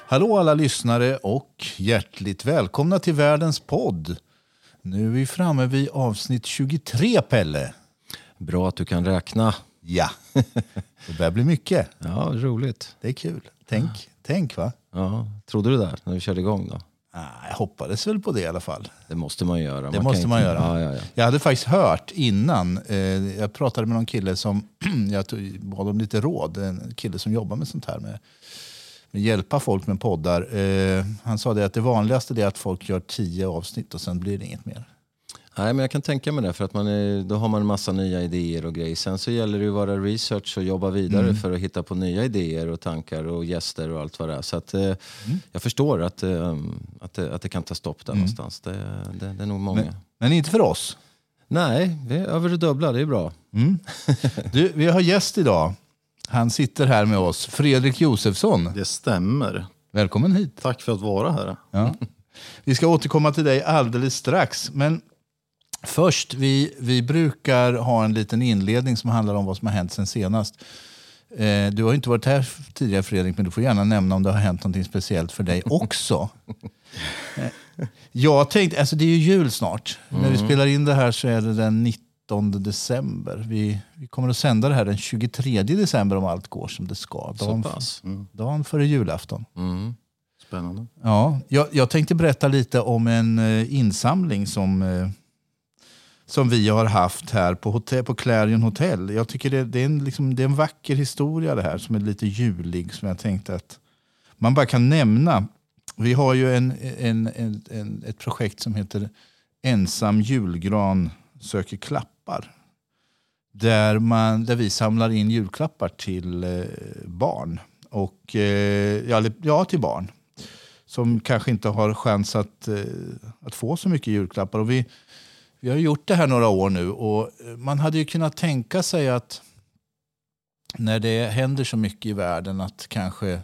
Hallå alla lyssnare och hjärtligt välkomna till Världens podd. Nu är vi framme vid avsnitt 23, Pelle. Bra att du kan räkna. Ja, det börjar bli mycket. Ja, roligt. Det är kul. Tänk va? Ja, trodde du där när vi körde igång då? Jag hoppades väl på det i alla fall. Det måste man göra. Det måste man göra. Ja. Jag hade faktiskt hört innan, jag pratade med någon kille som, jag bad om lite råd, en kille som jobbar med sånt här med hjälpa folk med poddar. Han sa det att det vanligaste är att folk gör 10 avsnitt och sen blir det inget mer. Nej, men jag kan tänka mig det för att då har man en massa nya idéer och grejer. Sen så gäller det att vara research och jobba vidare för att hitta på nya idéer och tankar och gäster och allt vad det är. Så att jag förstår att det kan ta stopp där någonstans. Det är nog många. Men inte för oss. Nej, vi är över det dubbla, det är bra. Du, vi har gäst idag. Han sitter här med oss, Fredrik Josefsson. Det stämmer. Välkommen hit. Tack för att vara här. Ja. Vi ska återkomma till dig alldeles strax. Men först, vi brukar ha en liten inledning som handlar om vad som har hänt sen senast. Du har inte varit här tidigare, Fredrik, men du får gärna nämna om det har hänt något speciellt för dig också. Jag tänkte, alltså det är ju jul snart. När vi spelar in det här så är det den 19 december. Vi kommer att sända det här den 23 december om allt går som det ska. Dagen före julafton. Spännande. Ja, jag tänkte berätta lite om en insamling som vi har haft här på Clarion Hotel. Jag tycker det är en vacker historia det här som är lite julig som jag tänkte att man bara kan nämna. Vi har ju ett projekt som heter Ensam julgran söker klappar. Där vi samlar in julklappar till barn. Och till barn. Som kanske inte har chans att få så mycket julklappar. Och vi har gjort det här några år nu. Och man hade ju kunnat tänka sig att när det händer så mycket i världen att kanske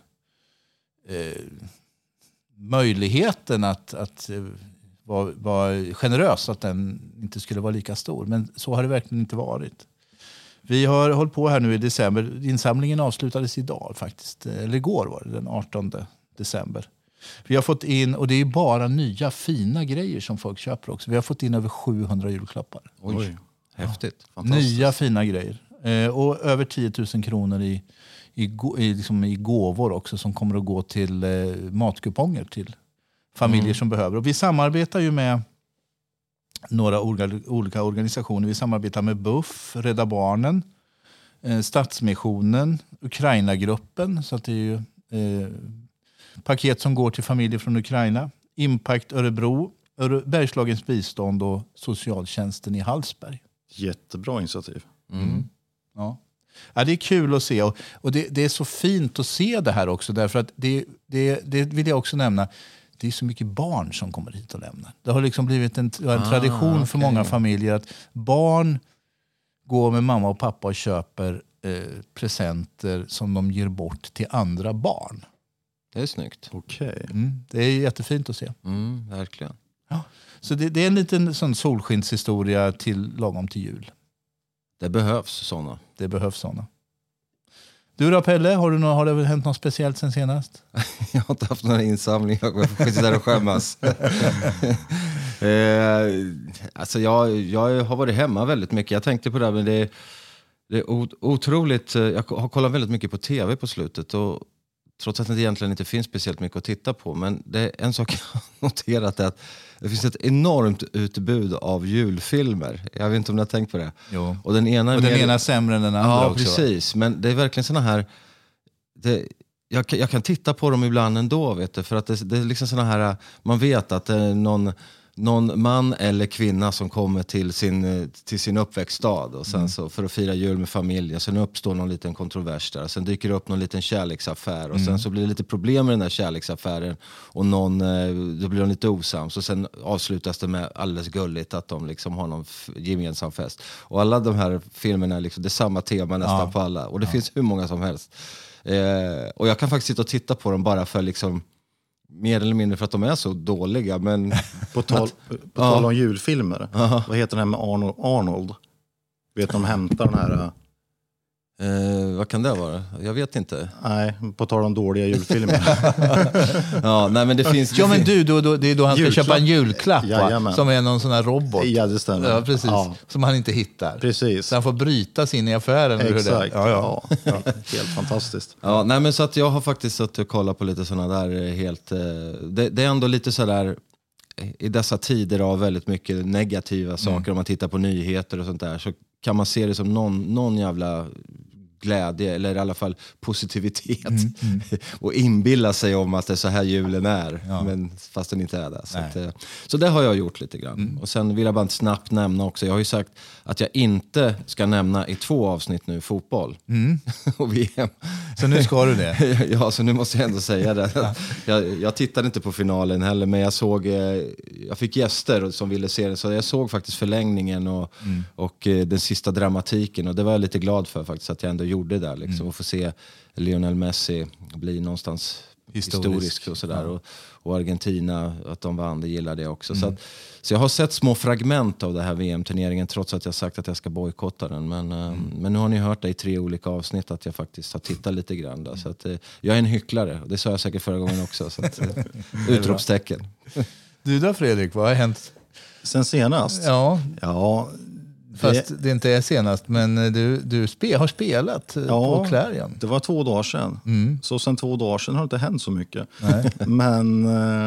möjligheten att vara generös, att den inte skulle vara lika stor. Men så har det verkligen inte varit. Vi har hållit på här nu i december. Insamlingen avslutades idag faktiskt. Eller igår var det, den 18 december. Vi har fått in, och det är bara nya fina grejer som folk köper också. Vi har fått in över 700 julklappar. Oj. Häftigt. Nya fina grejer. Och över 10 000 kronor i gåvor också som kommer att gå till matkuponger till familjer som behöver. Och vi samarbetar ju med några olika organisationer. Vi samarbetar med BUF, Rädda Barnen, Stadsmissionen, Ukraina-gruppen. Så att det är ju paket som går till familjer från Ukraina. Impact Örebro, Bergslagens bistånd och socialtjänsten i Hallsberg. Jättebra initiativ. Ja, det är kul att se. Och det är så fint att se det här också. Därför att det vill jag också nämna. Det är så mycket barn som kommer hit och lämnar. Det har liksom blivit en tradition för många familjer att barn går med mamma och pappa och köper presenter som de ger bort till andra barn. Det är snyggt. Okej. Det är jättefint att se. Verkligen. Ja. Så det är en liten sån solskenshistoria lagom till jul. Det behövs sådana. Det behövs sådana. Du då, Pelle, har det hänt något speciellt sen senast? Jag har inte haft några insamlingar. Jag får sitta där och skämmas. Alltså jag har varit hemma väldigt mycket. Jag tänkte på det här, men det är otroligt. Jag har kollat väldigt mycket på tv på slutet. Och trots att det egentligen inte finns speciellt mycket att titta på. Men det är en sak jag har noterat är att det finns ett enormt utbud av julfilmer. Jag vet inte om ni har tänkt på det. Jo. Och den ena är sämre än den andra ja, också. Ja, precis. Men det är verkligen såna här... Jag kan titta på dem ibland ändå, vet du. För att det är liksom såna här... Man vet att det är någon man eller kvinna som kommer till sin uppväxtstad och sen så för att fira jul med familjen. Sen uppstår någon liten kontrovers där. Sen dyker det upp någon liten kärleksaffär och sen så blir det lite problem med den där kärleksaffären och då blir de lite osams och sen avslutas det med alldeles gulligt att de liksom har någon gemensam fest. Och alla de här filmerna liksom, det är samma tema nästan på alla och det finns hur många som helst. Och jag kan faktiskt sitta och titta på dem bara för liksom mer eller mindre för att de är så dåliga. Men på tal om julfilmer. Vad heter den här med Arnold? Vet de hämtar den här Vad kan det vara? Jag vet inte. Nej, på tal om dåliga julfilmer. Ja, nej, men det finns... Ja, men det är då han ska Julklapp. köpa en julklapp, va? Jajamän. Som är någon sån här robot. Ja, det stämmer. Ja, precis. Ja. Som han inte hittar. Precis. Så han får bryta sig in i affären. eller hur det är. Exakt. Ja. Ja. Helt fantastiskt. Ja, nej, men så att jag har faktiskt suttit och kollat på lite sådana där helt... Det är ändå lite sådär... I dessa tider av väldigt mycket negativa saker, om man tittar på nyheter och sånt där, så kan man se det som någon jävla glädje, eller i alla fall positivitet. Och inbilla sig om att det är så här julen är, men fast den inte är det. Så det har jag gjort lite grann. Och sen vill jag bara snabbt nämna också, jag har ju sagt att jag inte ska nämna i 2 avsnitt nu fotboll och VM. Så nu ska du det? Ja, så nu måste jag ändå säga det. Jag tittade inte på finalen heller, men jag fick gäster som ville se det, så jag såg faktiskt förlängningen och den sista dramatiken, och det var jag lite glad för faktiskt, att jag ändå gjorde det liksom, och få se Lionel Messi bli någonstans historisk och sådär, och Argentina, att de vann, det gillade jag också. Så jag har sett små fragment av det här VM-turneringen, trots att jag sagt att jag ska bojkotta den, men nu har ni hört det i 3 olika avsnitt att jag faktiskt har tittat lite grann där, så att jag är en hycklare, och det sa jag säkert förra gången också, så att, utropstecken. Du då, Fredrik, vad har hänt? Sen senast? Ja, fast det inte är senast, men du har spelat på Clarion. Det var 2 dagar sedan. Så sen 2 dagar sedan har det inte hänt så mycket. Nej. Men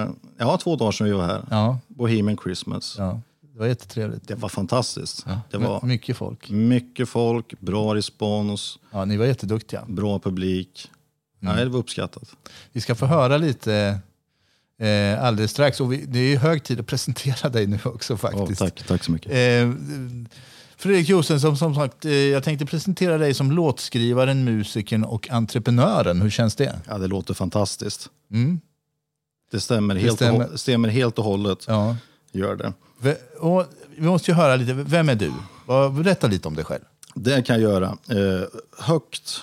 2 dagar sedan vi var här. Ja. Bohemian Christmas. Ja, det var jättetrevligt. Det var fantastiskt. Ja. Det var mycket folk. mycket folk, bra respons, Ja, ni var jätteduktiga. bra publik. Nej, det var uppskattat. Vi ska få höra lite alldeles strax. Och det är ju hög tid att presentera dig nu också faktiskt. Tack så mycket. Fredrik Josefsson, som sagt, jag tänkte presentera dig som låtskrivaren, musikern och entreprenören. Hur känns det? Ja, det låter fantastiskt. Mm. Det stämmer helt och hållet. Ja. Gör det. Och vi måste ju höra lite, vem är du? Berätta lite om dig själv. Det kan jag göra. Högt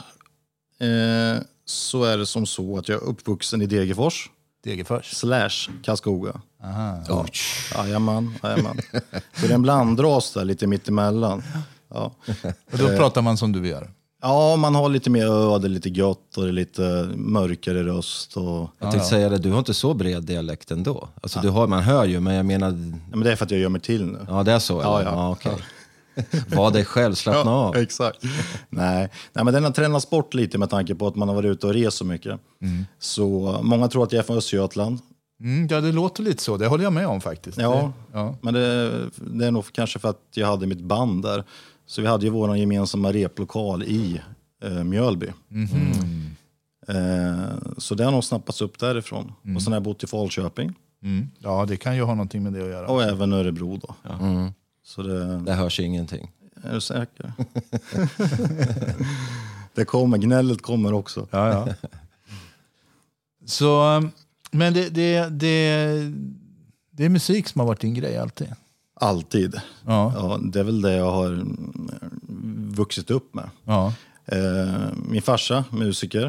så är det som så att jag är uppvuxen i Degerfors. / Karlskoga. Aha. Ja. Jajamän. Så det är en blandras där, lite mittemellan. Ja. Och då pratar man som du gör? Ja, man har lite mer öde, lite gött och det är lite mörkare röst. Och... Jag tänkte säga det, du har inte så bred dialekt ändå. Alltså, man hör ju, men jag menar... Ja, men det är för att jag gör mig till nu. Ja, det är så? Ja, okej. Var dig själv, slappna av. Exakt. Nej, men den har tränats bort lite med tanke på att man har varit ute och rest så mycket. Så många tror att jag är från Östergötland. Ja, det låter lite så. Det håller jag med om faktiskt. Ja. Men det är nog kanske för att jag hade mitt band där. Så vi hade ju vår gemensamma replokal i Mjölby. Så det har nog snappats upp därifrån. Och sen har jag bott i Falköping. Ja, det kan ju ha någonting med det att göra. Och även Örebro då. Ja. Så det hörs ingenting. Är du säker? Gnället kommer också. Ja. Så, men det är musik som har varit din grej alltid? Alltid. Ja, det är väl det jag har vuxit upp med. Ja. Min farsa, musiker.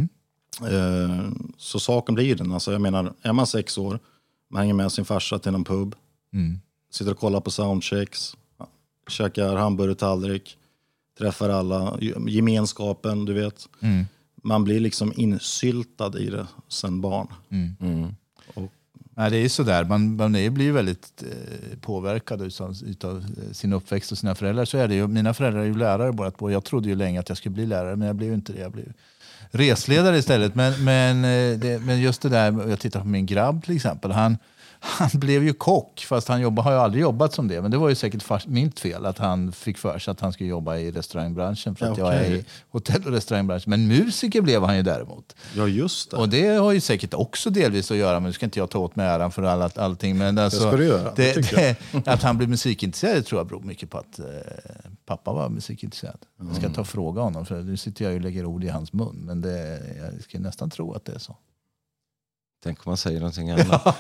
Så saken blir den. Alltså, jag menar, är man 6 år, man hänger med sin farsa till någon pub. Sitter och kollar på soundchecks. Käkar hamburgertallrik. Träffar alla. Gemenskapen, du vet. Man blir liksom insyltad i det sen barn. Nej, det är sådär. Man blir väldigt påverkad utav sin uppväxt och sina föräldrar. Så är det ju. Mina föräldrar är ju lärare båda två. Jag trodde ju länge att jag skulle bli lärare, men jag blev ju inte det. Jag blev resledare istället. Men just det där, jag tittar på min grabb till exempel. Han blev ju kock, fast han har ju aldrig jobbat som det. Men det var ju säkert mitt fel att han fick för sig att han skulle jobba i restaurangbranschen. För att jag är i hotell- och restaurangbranschen. Men musiker blev han ju däremot. Ja, just det. Och det har ju säkert också delvis att göra, men nu ska inte jag ta åt mig äran för allting. Men alltså, det ska du göra, att han blev musikintresserad tror jag beror mycket på att pappa var musikintresserad. Jag ska ta och fråga honom, för nu sitter jag ju och lägger ord i hans mun. Men jag ska nästan tro att det är så. Tänk om man säger någonting annat.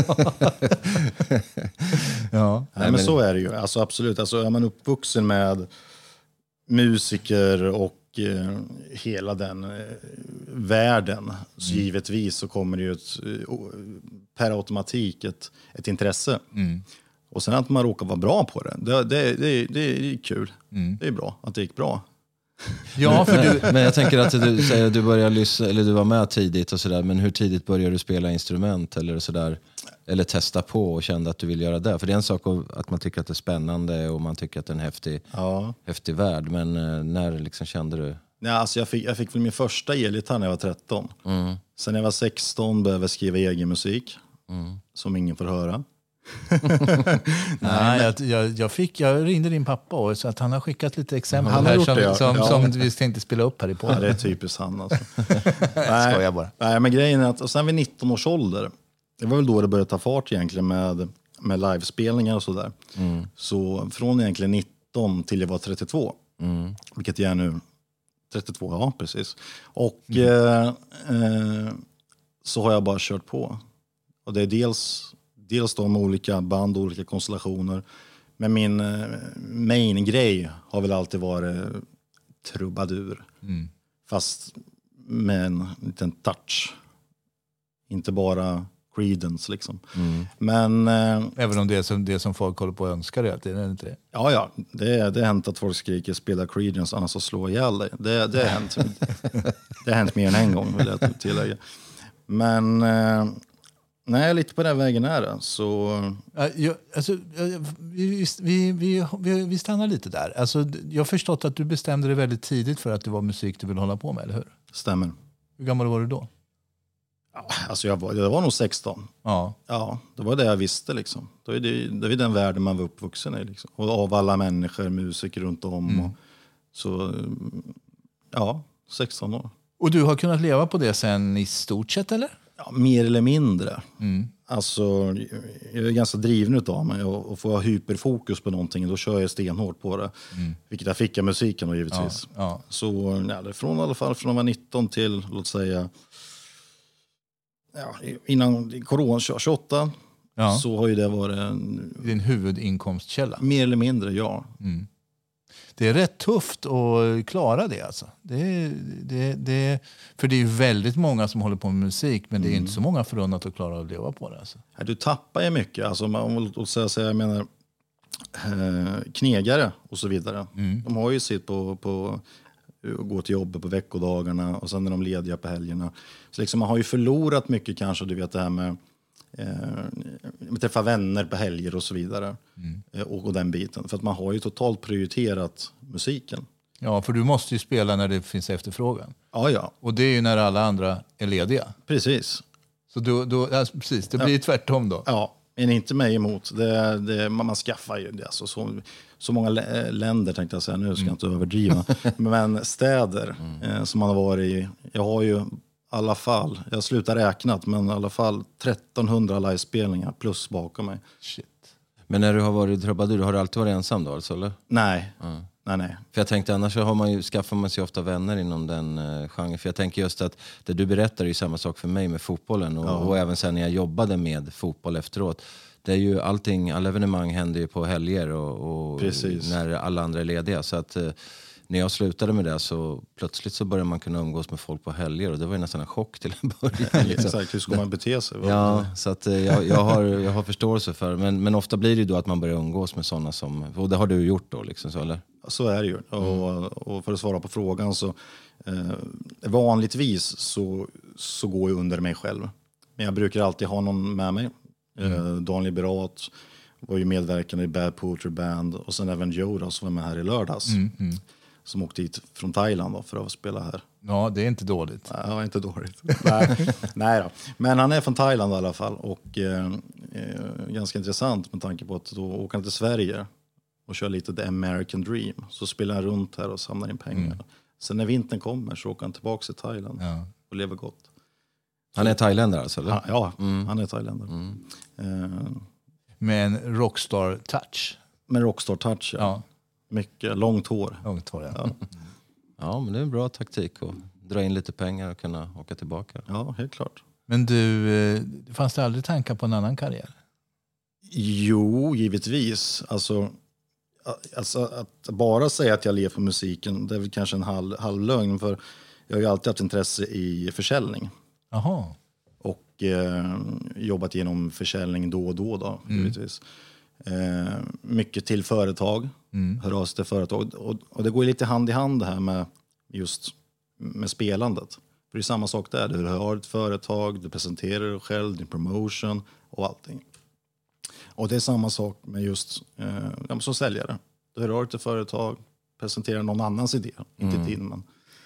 Ja. Nej, men så är det ju. Alltså, absolut. Alltså, är man uppvuxen med musiker och hela den världen, så givetvis så kommer det ju per automatik ett intresse. Och sen att man råkar vara bra på det är kul. Det är bra att det gick bra. Ja, för du... Men jag tänker att du säger att du börjar lyssna, eller du var med tidigt och sådär, men hur tidigt började du spela instrument eller sådär? Eller testa på och kände att du vill göra det? För det är en sak att man tycker att det är spännande och man tycker att det är en häftig värld, men när liksom kände du? Ja, alltså jag fick väl min första elgitarr när jag var 13. Sen när jag var 16 började jag skriva egen musik, som ingen får höra. Nej, jag ringde din pappa och så att han har skickat lite exempel Han har här gjort som vi tänkte spela upp här i podden. Ja, det är typiskt han alltså. Skojar bara. Nej, men grejen är att och sen vid 19 års ålder, det var väl då det började ta fart egentligen med livespelningar och sådär. Så från egentligen 19 till jag var 32, vilket jag är nu 32, ja precis. Och så har jag bara kört på. Och det är dels de olika band, olika konstellationer. Men min main-grej har väl alltid varit trubadur. Fast med en liten touch. Inte bara Creedence liksom. Men, även om det som folk håller på att önska det, är det inte det? Ja, det har hänt att folk skriker spela Creedence annars så slår ihjäl dig. Det har hänt. Det har hänt mer än en gång, vill jag tillägga. Men nej, lite på den vägen är det. Så... Vi stannar lite där. Alltså, jag har förstått att du bestämde dig väldigt tidigt för att det var musik du ville hålla på med, eller hur? Stämmer. Hur gammal var du då? Alltså jag var nog 16. Ja, det var det jag visste liksom. Det är den världen man var uppvuxen i liksom. Och av alla människor, musiker runt om. Och, så 16 år. Och du har kunnat leva på det sen i stort sett, eller? Ja, mer eller mindre. Alltså, jag är ganska driven utav mig och får ha hyperfokus på någonting, då kör jag stenhårt på det. Vilket jag fick av musiken då, givetvis. Ja. Så från i alla fall från att vara 19 till, låt säga, innan corona 28, så har ju det varit din huvudinkomstkälla. Mer eller mindre, ja. Det är rätt tufft att klara det alltså. För det är ju väldigt många som håller på med musik, men det är inte så många förunnat att klara att leva på det. Alltså. Du tappar ju mycket. Alltså, jag menar, knegare och så vidare. De har ju sitt på gå till jobbet på veckodagarna och sen är de lediga på helgerna. Så liksom, man har ju förlorat mycket kanske, du vet det här med träffa vänner på helger och så vidare. Och den biten. För att man har ju totalt prioriterat musiken. Ja, för du måste ju spela när det finns efterfrågan. Ja. Och det är ju när alla andra är lediga. Precis. Så precis, det blir tvärtom då. Ja, men inte mig emot. Man skaffar ju det. Alltså, så många länder tänkte jag säga, nu ska jag inte överdriva. Men städer som man har varit i. Jag har ju i alla fall, jag slutar räknat, men i alla fall 1300 livespelningar plus bakom mig. Shit. Men när du har varit trubadur, har du alltid varit ensam då alltså, eller? Nej. Nej. För jag tänkte annars så skaffar man sig ofta vänner inom den genren. För jag tänker just att det du berättar är ju samma sak för mig med fotbollen. Och även sen när jag jobbade med fotboll efteråt. Det är ju alla evenemang händer ju på helger och när alla andra är lediga. Så att när jag slutade med det så plötsligt så började man kunna umgås med folk på helger. Och det var ju nästan en chock till en början. Liksom. Exakt, hur ska man bete sig? Ja, så att jag har förståelse för. Men ofta blir det ju då att man börjar umgås med sådana som, och det har du gjort då liksom, så eller? Så är det ju. Och för att svara på frågan så vanligtvis så går jag under mig själv. Men jag brukar alltid ha någon med mig. Daniel Berat var ju medverkande i Bad Poetry Band och sen även Joe då, som var med här i lördags. Som åkte hit från Thailand då, för att spela här. Ja, det är inte dåligt. Ja, inte dåligt. Nej då. Men han är från Thailand i alla fall och ganska intressant med tanke på att då åker han till Sverige och kör lite The American Dream. Så spelar han runt här och samlar in pengar. Sen när vintern kommer så åker han tillbaka till Thailand och lever gott. Han är thailändare alltså, eller? Ja, han är thailändare. Med en rockstar touch. Med rockstar touch, ja. Mycket långt hår. Långt hår, ja. Ja, men det är en bra taktik att dra in lite pengar och kunna åka tillbaka. Ja, helt klart. Men du, fanns det aldrig tankar på en annan karriär? Jo, givetvis. Alltså att bara säga att jag lever på musiken, det är väl kanske en halv lögn, för jag har ju alltid haft intresse i försäljning. Jaha. Och jobbat genom försäljning då och då givetvis. Mycket till företag. Hör av sig till företag. Och det går ju lite hand i hand det här med just med spelandet. För det är samma sak där. Du har ett företag, du presenterar dig själv, din promotion och allting. Och det är samma sak med just som säljare. Du hör av dig till företag, presenterar någon annans idé, inte din. Men,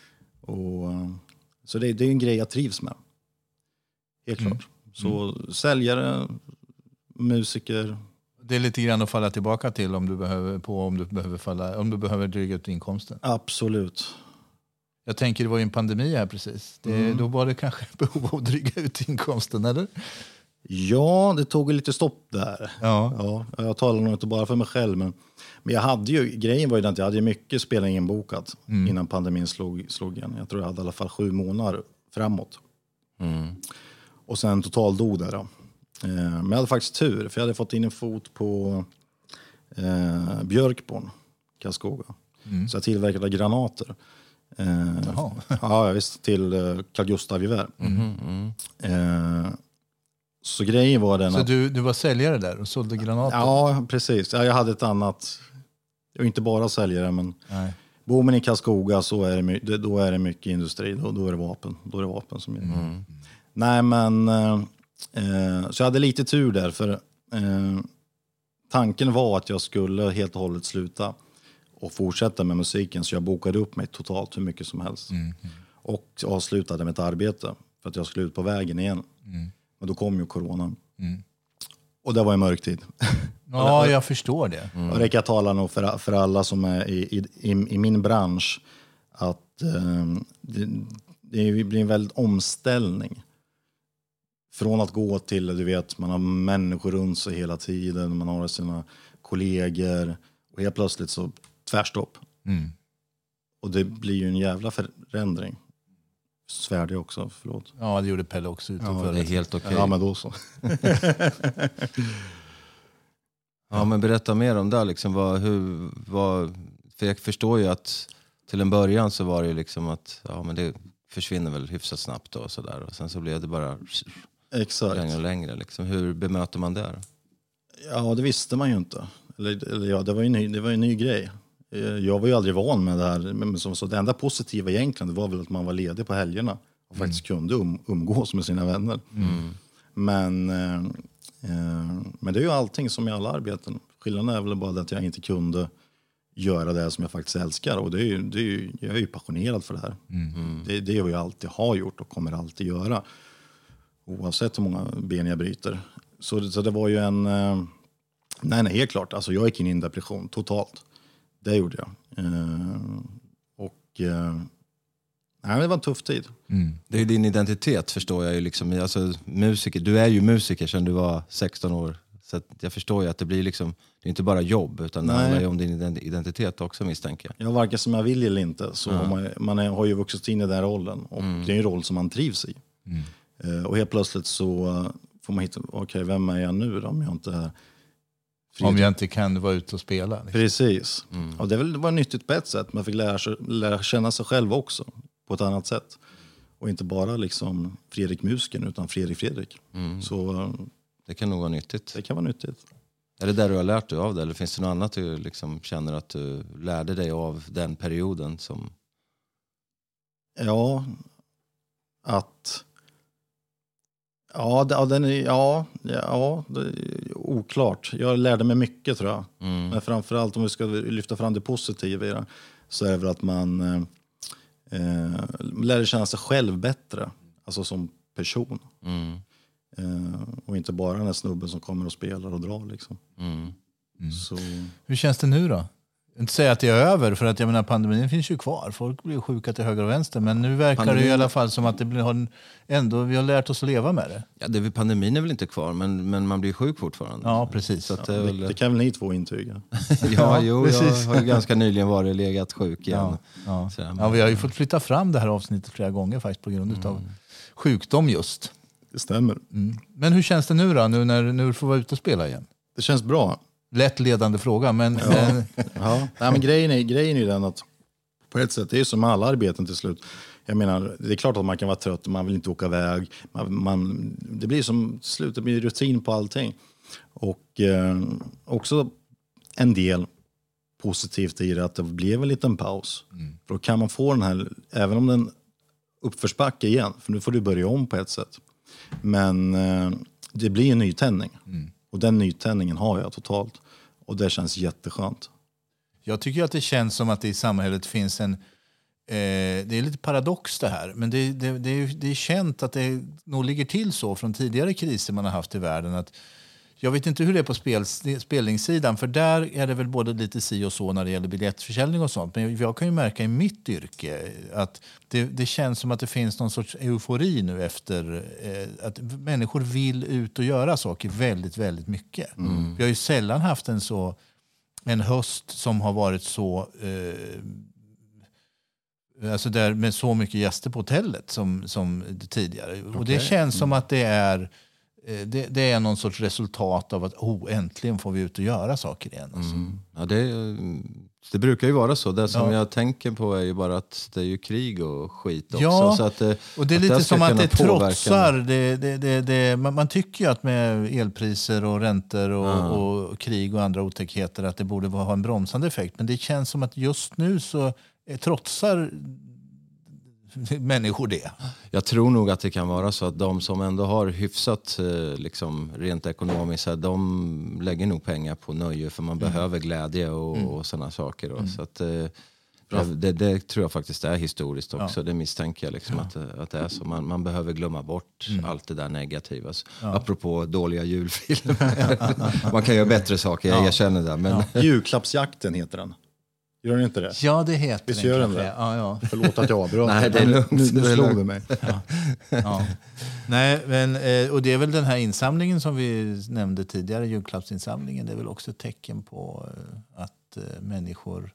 så det är en grej jag trivs med. Helt klart. Så säljare, musiker. Det är lite grann att falla tillbaka till om du behöver dryga ut inkomsten. Absolut. Jag tänker det var ju en pandemi här precis. Då var det kanske behov av att dryga ut inkomsten, eller? Ja, det tog lite stopp där. Ja. Jag talar nog inte bara för mig själv. Men jag hade ju, grejen var ju att jag hade mycket spelning inbokat innan pandemin slog igen. Jag tror jag hade i alla fall 7 månader framåt. Och sen total dog där då. Men jag hade faktiskt tur, för jag hade fått in en fot på Björkborn, Karlskoga. Så jag tillverkade granater. Ja, visst, till Carl Gustaf gevär. Så grejen var den så att du var säljare där och sålde granater? Ja, precis. Jag hade ett annat, jag är inte bara säljare, men bor man i Karlskoga så är det mycket industri, då är det vapen. Då är det vapen som gäller. Nej, men så jag hade lite tur där, för tanken var att jag skulle helt och hållet sluta och fortsätta med musiken, så jag bokade upp mig totalt hur mycket som helst. Och avslutade med ett arbete för att jag skulle ut på vägen igen. Men då kom ju coronan. Och det var en mörk tid. Ja, jag förstår det. Och det kan jag tala nog för alla som är i min bransch, att det blir en väldigt omställning. Från att gå till, du vet, man har människor runt sig hela tiden, man har sina kollegor, och helt plötsligt så tvärstopp. Och det blir ju en jävla förändring. Svär det också, förlåt. Ja, det gjorde Pelle också. Det är helt okej. Ja, men då så. Ja, men berätta mer om det liksom. För jag förstår ju att till en början så var det liksom att men det försvinner väl hyfsat snabbt då, och sådär. Och sen så blev det bara längre och längre. Liksom. Hur bemöter man det? Ja, det visste man ju inte. Eller ja, det var ju en ny grej. Jag var ju aldrig van med det här. Men så det enda positiva egentligen, det var väl att man var ledig på helgerna och faktiskt kunde umgås med sina vänner. Men det är ju allting som i alla arbeten. Skillnaden är väl bara att jag inte kunde göra det som jag faktiskt älskar. Och jag är ju passionerad för det här. Det är vad jag alltid har gjort och kommer alltid göra. Oavsett hur många ben jag bryter. Så det var ju en... Nej, helt klart. Alltså jag gick in i en depression totalt. Det gjorde jag. Det var en tuff tid. Det är din identitet, förstår jag ju. Liksom. Alltså, musiker. Du är ju musiker sedan du var 16 år. Så att jag förstår ju att det blir liksom, det är inte bara jobb, utan det handlar ju om din identitet också, misstänker jag. Ja, varken som jag vill eller inte. Så har ju vuxit in i den rollen. Och det är en roll som man trivs i. Och helt plötsligt så får man hitta, okej, vem är jag nu då, om jag inte är... Om jag inte kan vara ute och spela. Liksom. Precis. Och det var nyttigt på ett sätt. Man fick lära känna sig själv också på ett annat sätt. Och inte bara liksom Fredrik Musken, utan Fredrik. Så det kan nog vara nyttigt. Det kan vara nyttigt. Är det där du har lärt dig av det? Eller finns det något annat du liksom känner att du lärde dig av den perioden? Som... Ja, att... det är oklart. Jag lärde mig mycket, tror jag. Men framförallt om vi ska lyfta fram det positiva i det, så är det väl att man lär känna sig själv bättre. Alltså som person. Och inte bara den här snubben som kommer och spelar och drar liksom. Så... Hur känns det nu då? Inte säga att det är över, för att jag menar, pandemin finns ju kvar. Folk blir sjuka till höger och vänster, men nu verkar det i alla fall som att vi har lärt oss att leva med det. Ja, pandemin är väl inte kvar, men man blir sjuk fortfarande. Ja, precis. Så att det kan väl ni två intyga. Jag har ju ganska nyligen varit legat sjuk igen. Ja, vi har ju fått flytta fram det här avsnittet flera gånger faktiskt på grund av sjukdom just. Det stämmer. Men hur känns det nu då, när du får vara ute och spela igen? Det känns bra. Lätt ledande fråga, men... Nej, men grejen är ju den att på ett sätt, det är ju som alla arbeten till slut. Jag menar, det är klart att man kan vara trött och man vill inte åka iväg. Det blir som till slut, det blir rutin på allting. Och också en del positivt i det att det blev en liten paus. För då kan man få den här, även om den uppförsbacke igen, för nu får du börja om på ett sätt. Men det blir en nytändning. Och den nytändningen har jag totalt. Och det känns jätteskönt. Jag tycker att det känns som att det i samhället finns en... det är lite paradox det här. Men det är känt att det nog ligger till så från tidigare kriser man har haft i världen. Att jag vet inte hur det är på spelningssidan. För där är det väl både lite si och så när det gäller biljettförsäljning och sånt. Men jag kan ju märka i mitt yrke att det känns som att det finns någon sorts eufori nu efter att människor vill ut och göra saker väldigt, väldigt mycket. Vi har ju sällan haft en höst som har varit så... alltså där med så mycket gäster på hotellet som tidigare. Och det känns som att det är någon sorts resultat av att äntligen får vi ut och göra saker igen. Alltså. Ja, det brukar ju vara så. Det som jag tänker på är ju bara att det är ju krig och skit också. Ja, så att och det är lite som att det trotsar. Man tycker ju att med elpriser och räntor och krig och andra otäckheter att det borde ha en bromsande effekt. Men det känns som att just nu så trotsar människor det. Jag tror nog att det kan vara så att de som ändå har hyfsat liksom, rent ekonomiskt, de lägger nog pengar på nöje för man behöver glädje och sådana saker. Då. Så att, det tror jag faktiskt är historiskt också. Det misstänker jag liksom, att det är så. Man behöver glömma bort allt det där negativa. Apropå dåliga julfilmer. Man kan göra bättre saker, jag erkänner det. Men... Julklappsjakten heter den. Gör den inte det? Ja, det heter visst gör den det? Ja. Förlåt att jag avbröt. Nej, det är lugnt. Nu slog du mig. Nej, men, och det är väl den här insamlingen som vi nämnde tidigare, julklappsinsamlingen. Det är väl också ett tecken på att människor...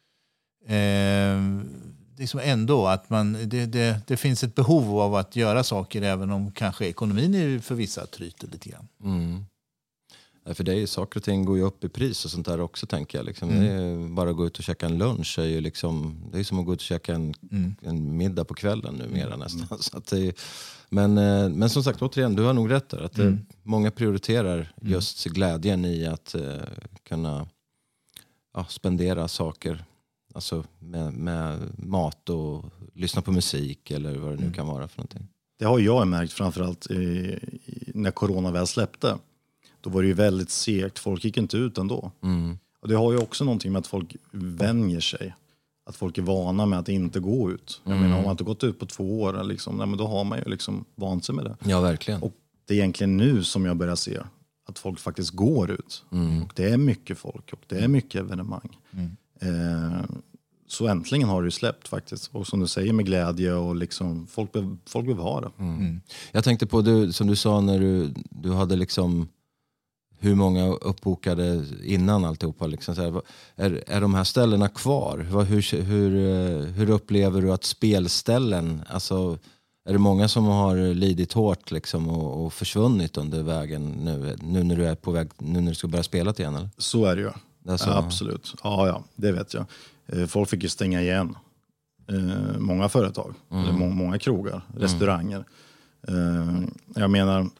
liksom ändå att det finns ett behov av att göra saker även om kanske ekonomin är för vissa tryter lite grann. För det är ju, saker och ting går ju upp i pris och sånt där också, tänker jag. Liksom. Det är bara att gå ut och käka en lunch är ju liksom, det är som att gå ut och käka en middag på kvällen numera nästan. Så att det, men som sagt, återigen, du har nog rätt där. Att många prioriterar just glädjen i att kunna spendera saker. Alltså med mat och lyssna på musik eller vad det nu kan vara för någonting. Det har jag märkt framförallt när corona väl släppte. Då var det ju väldigt segt. Folk gick inte ut ändå. Och det har ju också någonting med att folk vänjer sig. Att folk är vana med att inte gå ut. Jag menar, om man inte gått ut på 2 år, liksom, men då har man ju liksom vant sig med det. Ja, verkligen. Och det är egentligen nu som jag börjar se att folk faktiskt går ut. Och det är mycket folk och det är mycket evenemang. Så äntligen har det ju släppt faktiskt. Och som du säger, med glädje och liksom folk vill ha det. Jag tänkte på, som du sa när du hade liksom hur många uppbokade innan alltihopa. Liksom, så här, är de här ställena kvar? Hur upplever du att spelställen, alltså, är det många som har lidit hårt liksom, och försvunnit under vägen nu när du är på väg, nu när du ska börja spela igen? Eller? Så är det ju. Alltså... Absolut. Ja, det vet jag. Folk fick ju stänga igen. Många företag, eller många krogar, restauranger. Jag menar...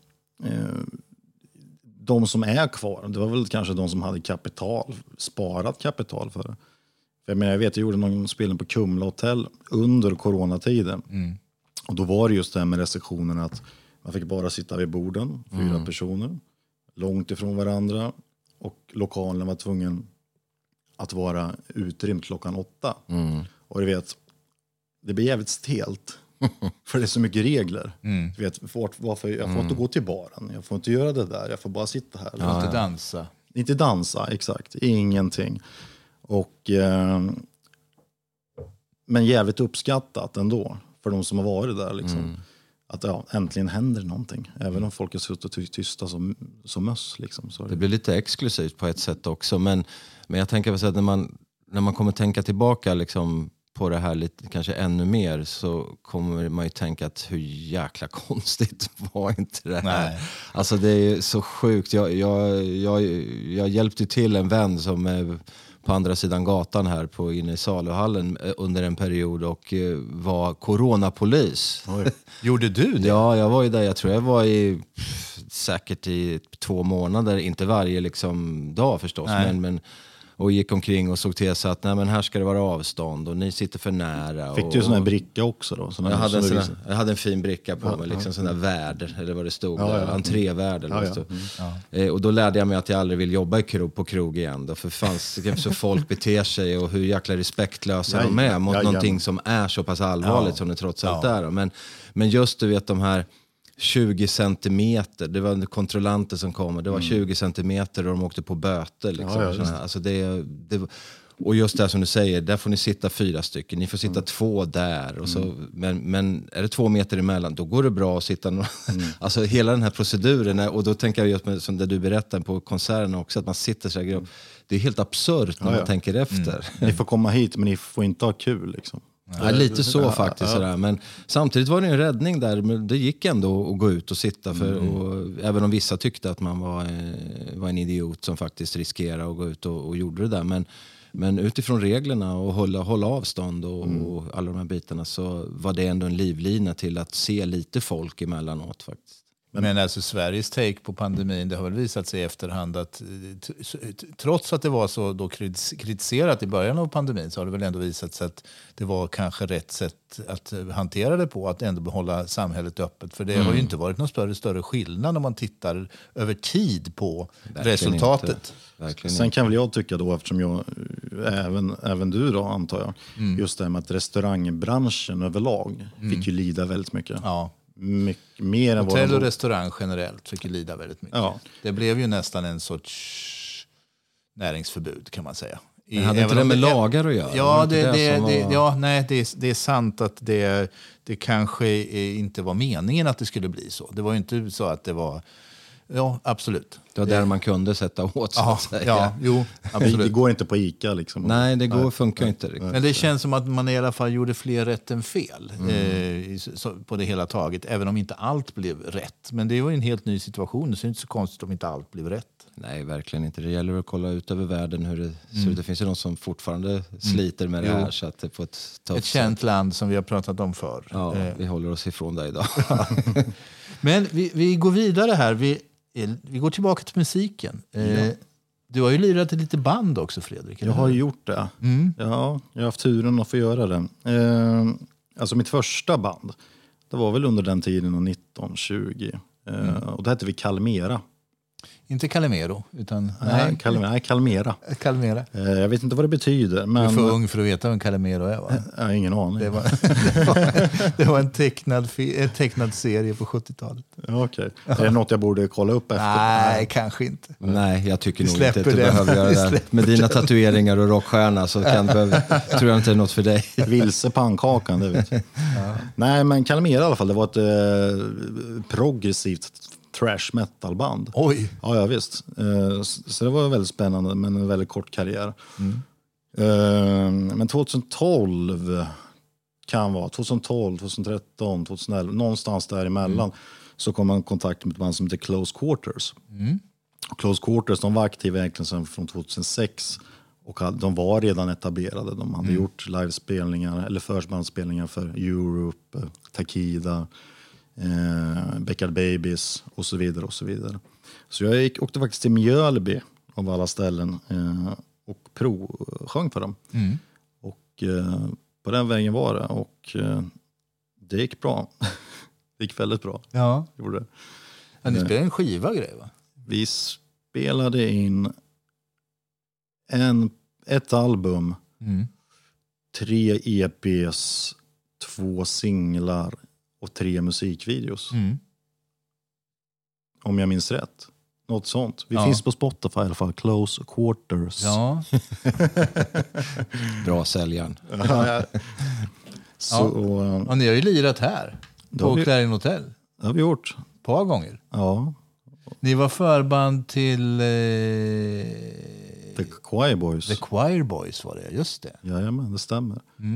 de som är kvar, det var väl kanske de som hade sparat kapital för det. För jag gjorde någon spelning på Kumla hotell under coronatiden. Och då var det just det här med restriktionerna att man fick bara sitta vid borden, 4 personer, långt ifrån varandra. Och lokalen var tvungen att vara utrymd klockan 8. Och du vet, det blir jävligt stelt. För det är så mycket regler. Du vet, varför jag får inte gå till baren. Jag får inte göra det där. Jag får bara sitta här. Ja. Inte dansa. Inte dansa, exakt. Ingenting. Och, men jävligt uppskattat ändå. För de som har varit där. Liksom. Att äntligen händer någonting. Även om folk har suttit tysta som möss. Liksom. Det blir lite exklusivt på ett sätt också. Men jag tänker att när man kommer tänka tillbaka liksom, på det här lite, kanske ännu mer, så kommer man ju tänka att hur jäkla konstigt var inte det här. Nej. Alltså det är så sjukt. Jag hjälpte till en vän som är på andra sidan gatan här inne i Saluhallen under en period och var coronapolis. Gjorde du det? Ja, jag var ju där. Jag tror jag var i säkert i 2 månader, inte varje liksom dag förstås, men och gick omkring och såg till så att nej, men här ska det vara avstånd och ni sitter för nära. Fick du sån här bricka också då? Jag hade en fin bricka på mig, liksom sån där värd, eller vad det stod, entrévärd eller vad det stod. Och då lärde jag mig att jag aldrig vill jobba på krog igen då, för fanns så folk beter sig och hur jäkla respektlösa de är mot någonting som är så pass allvarligt som det trots allt är. Då. Men just du vet de här 20 centimeter, det var kontrollanter som kom, det var 20 centimeter och de åkte på böter liksom. Alltså det, och just det som du säger, där får ni sitta 4 stycken, ni får sitta 2 där och så, men är det 2 meter emellan, då går det bra att sitta alltså hela den här proceduren, och då tänker jag just med, som det du berättade på konserterna också, att man sitter så här, det är helt absurt när man tänker efter. Ni får komma hit men ni får inte ha kul liksom. Ja, lite så faktiskt. Sådär. Men samtidigt var det en räddning där. Men det gick ändå att gå ut och sitta. Och även om vissa tyckte att man var en idiot som faktiskt riskerade att gå ut och gjorde det där. Men utifrån reglerna och hålla avstånd och alla de här bitarna, så var det ändå en livlina till att se lite folk emellanåt faktiskt. Men alltså Sveriges take på pandemin, det har väl visat sig i efterhand att trots att det var så då kritiserat i början av pandemin, så har det väl ändå visat sig att det var kanske rätt sätt att hantera det på, att ändå behålla samhället öppet. För det har ju inte varit någon större skillnad om man tittar över tid på resultatet. Sen kan väl jag tycka då, eftersom jag, även du då antar jag, just det här med att restaurangbranschen överlag fick ju lida väldigt mycket. Ja. Mycket mer än hotell och restaurang generellt fick lida väldigt mycket. Ja. Det blev ju nästan en sorts näringsförbud kan man säga. Men hade inte det med lagar att göra? Ja, det är sant att det kanske inte var meningen att det skulle bli så. Det var ju inte så att det var... Ja, absolut. Det var där man kunde sätta åt så att säga. Ja, jo, absolut. Det går inte på ICA liksom. Nej, det funkar inte riktigt. Men det känns som att man i alla fall gjorde fler rätt än fel på det hela taget. Även om inte allt blev rätt. Men det var ju en helt ny situation. Det är inte så konstigt om inte allt blev rätt. Nej, verkligen inte. Det gäller att kolla ut över världen hur det ser ut. Det finns ju någon som fortfarande sliter med det här. Så att det på ett känt land som vi har pratat om förr. Ja, vi håller oss ifrån det idag. Men vi går vidare här. Vi går tillbaka till musiken. Du har ju lirat i lite band också, Fredrik. Jag har ju gjort det. Ja, jag har haft turen att få göra det. Alltså mitt första band, det var väl under den tiden 1920. Och det hette vi Kalmera. Inte Calimero, utan... Kalmera. Kalmera. Jag vet inte vad det betyder. Men... Du är för ung för att veta vad en Calimero är, va? Jag har ingen aning. Det var en tecknad serie på 70-talet. Okej. Är det något jag borde kolla upp efter? Nej, kanske inte. Nej, jag tycker nog inte att du behöver göra det. Med dina tatueringar och rockstjärna så tror jag inte det är något för dig. Vilse pannkakan, det vet jag. Nej, men Kalmera i alla fall, det var ett progressivt thrash metal band. Oj! Ja, visst. Så det var väldigt spännande, men en väldigt kort karriär. Men 2012 kan vara 2012, 2013, 2011, någonstans däremellan så kom man i kontakt med ett band som heter Close Quarters. Close Quarters, de var aktiva egentligen sedan från 2006 och de var redan etablerade. De hade gjort livespelningar eller förbandsspelningar för Europe, Takida, Backyard Babies och så vidare och så vidare. Så jag åkte faktiskt till Mjölby av alla ställen och sjöng för dem. Och på den vägen var det och det gick bra. Det gick väldigt bra. Ja. Gjorde det. Ja, ni spelade en skiva grej, va? Vi spelade in ett album, 3 EPs, 2 singlar och 3 musikvideos. Om jag minns rätt. Något sånt. Vi finns på Spotify i alla fall. Close Quarters. Ja. Bra säljaren. Och ni har ju lirat här. På Clarion Hotel. Det har vi gjort. Ett par gånger. Ja. Ni var förband till... The Choir Boys. The Choir Boys var det, just det. Jajamän, det stämmer.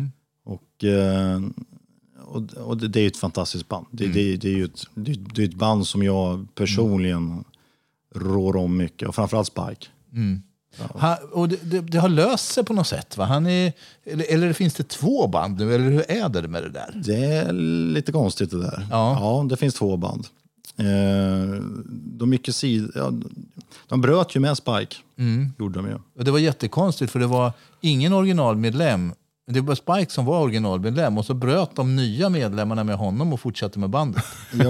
Och det är ju ett fantastiskt band. Det är ju ett band som jag personligen rår om mycket. Och framförallt Spike. Och det har löst sig på något sätt, va? Eller finns det 2 band nu? Eller hur är det med det där? Det är lite konstigt det där. Ja, det finns 2 band. De bröt ju med Spike. Gjorde de ju. Och det var jättekonstigt för det var ingen originalmedlem. Det var Spike som var originalmedlem och så bröt de nya medlemmarna med honom och fortsatte med bandet.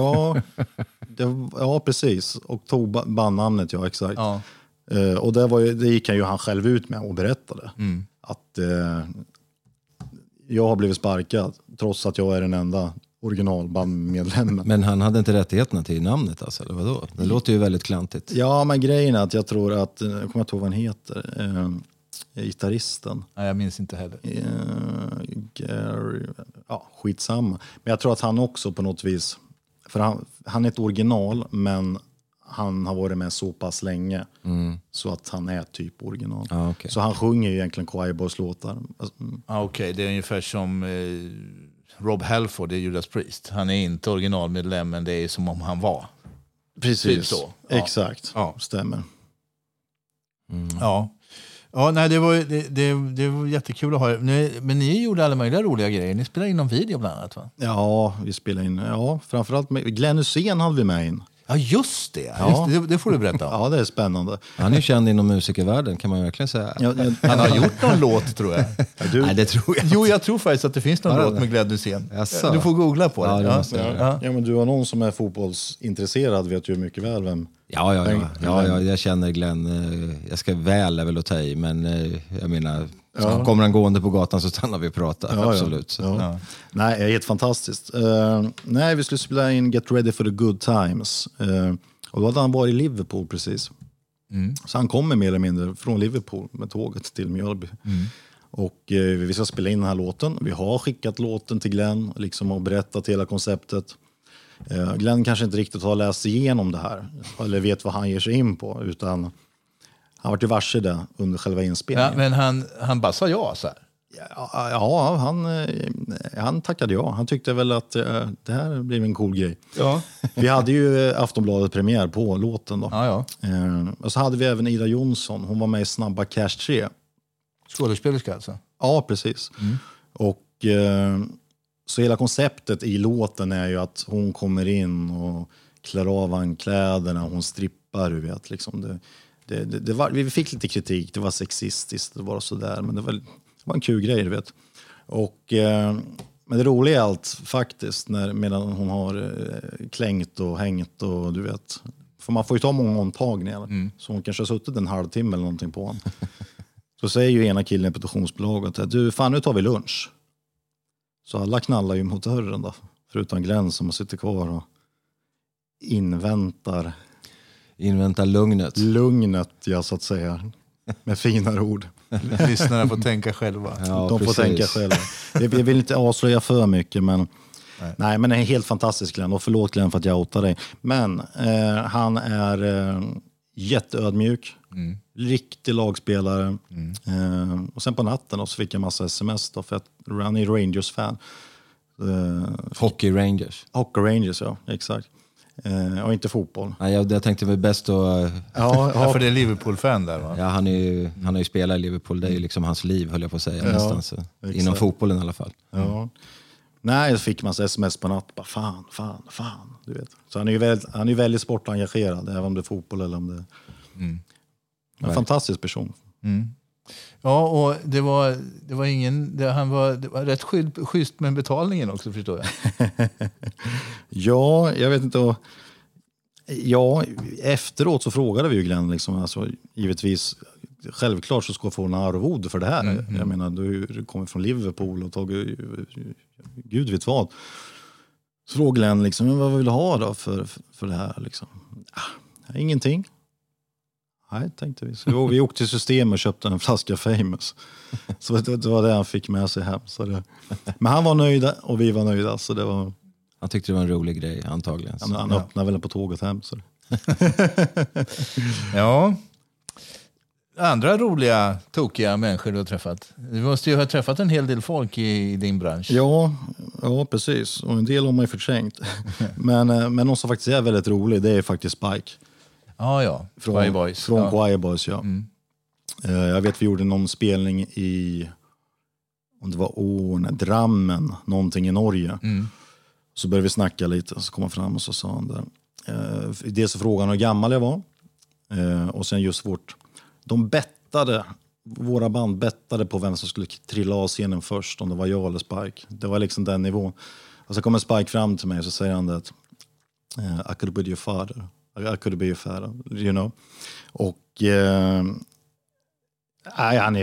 Ja, precis. Och tog bandnamnet, ja exakt. Ja. Och det gick han själv ut med och berättade. Att jag har blivit sparkad trots att jag är den enda originalbandmedlemmen. Men han hade inte rättigheterna till namnet alltså, eller vadå? Det låter ju väldigt klantigt. Ja, men grejen är att jag tror att, jag kommer inte ihåg vad han heter, gitarristen. Nej, jag minns inte heller. Gary, skitsamma. Men jag tror att han också på något vis, för han är ett original, men han har varit med så pass länge så att han är typ original. Okay. Så han sjunger ju egentligen Choir Boys låtar. Okej, det är ungefär som Rob Halford i Judas Priest. Han är inte originalmedlem, men det är som om han var. Precis, typ så. Exakt, stämmer. Ja, nej, det var jättekul att ha. Men ni gjorde alla möjliga roliga grejer. Ni spelade in någon video bland annat, va? Ja, vi spelade in. Ja, framförallt med Glenn Hysén hade vi med in. Ja, just det. Ja. Det får du berätta om. Ja, det är spännande. Han är känd inom musikervärlden, kan man verkligen säga. Han har gjort någon låt, tror jag. Nej, det tror jag inte. Jo, jag tror faktiskt att det finns någon låt med Glenn Hysén. Du får googla på det. Ja, men du har någon som är fotbollsintresserad, vet ju mycket väl vem. Ja, jag känner Glenn. Jag ska väl är väl att ta i, men jag menar, kommer han gående på gatan så stannar vi och pratar. Absolut. Ja. Nej, det är helt fantastiskt. Nej, vi skulle spela in Get Ready for the Good Times. Och då hade han varit i Liverpool precis. Så han kommer mer eller mindre från Liverpool med tåget till Mjölby. Och vi ska spela in den här låten. Vi har skickat låten till Glenn liksom, och berättat hela konceptet. Glenn kanske inte riktigt har läst igenom det här eller vet vad han ger sig in på, utan han var till varse det under själva inspelningen. Ja, men han bara sa ja så här. Ja, han tackade ja. Han tyckte väl att det här blev en cool grej. Ja. Vi hade ju Aftonbladet premiär på låten då. Ja. Och så hade vi även Ida Jonsson. Hon var med i Snabba Cash 3. Skådespelerska alltså? Ja, precis. Och så hela konceptet i låten är ju att hon kommer in och klär av handkläderna, hon strippar, du vet. Liksom vi fick lite kritik, det var sexistiskt, det var sådär, men det var en kul grej, du vet. Och, men det roliga är allt faktiskt, medan hon har klängt och hängt och du vet. För man får ju ta många omtagningar, så hon kanske har suttit en halvtimme eller någonting på honom. Så säger ju ena killen i petitionsbolaget att du, fan nu tar vi lunch. Så alla knallar ju mot dörren då. Förutom Glenn som sitter kvar och inväntar lugnet. Lugnet, ja, så att säga. Med finare ord. Lyssnarna får tänka själva. Ja, de får tänka själva. Jag vill inte avslöja för mycket, men nej, men det är helt fantastisk Glenn. Och förlåt Glenn för att jag outar dig. Men han är jätteödmjuk. Riktig lagspelare. Och sen på natten så fick jag massa sms då, för att han är Rangers-fan. Hockey Rangers, ja, exakt. Och inte fotboll. Ja, jag tänkte väl bäst att... Ja, för det är Liverpool-fan där, va? Ja, han har ju spelat i Liverpool. Det är ju liksom hans liv, höll jag på att säga. Nästan, så. Inom fotbollen i alla fall. Ja. Nej, så fick man sms på natt. Bara, fan. Du vet. Så han är ju väldigt sportengagerad, även om det är fotboll eller om det... En fantastisk person. Ja, och det var ingen... Det var rätt schysst med betalningen också, förstår jag. Ja, jag vet inte. Ja, efteråt så frågade vi ju Glenn liksom, alltså, givetvis, självklart så ska få en arvode för det här. Jag menar, du kommer från Liverpool och tagit gud vet vad. Så frågade Glenn liksom, men vad vill du ha då för det här liksom? Ingenting. Nej, tänkte vi. Så vi åkte till System och köpte en flaska Famous. Så det var det han fick med sig hem. Men han var nöjd och vi var nöjda. Så det var... Han tyckte det var en rolig grej antagligen. Han öppnade väl på tåget hem. Så. Ja. Andra roliga, tokiga människor du har träffat. Du måste ju ha träffat en hel del folk i din bransch. Ja, precis. Och en del har man ju förträngt. Men någon som faktiskt är väldigt rolig, det är faktiskt Spike. Ja. Choir Boys. Från Choir Boys, ja. Jag vet vi gjorde någon spelning i, om det var Drammen, någonting i Norge. Så började vi snacka lite och så kom han fram och så sa han där. Dels frågan hur gammal jag var. Och sen just våra band bettade på vem som skulle trilla av scenen först, om det var jag eller Spike. Det var liksom den nivån. Och så kommer Spike fram till mig och så säger han att I could be your father. I could be your father, you know. Och han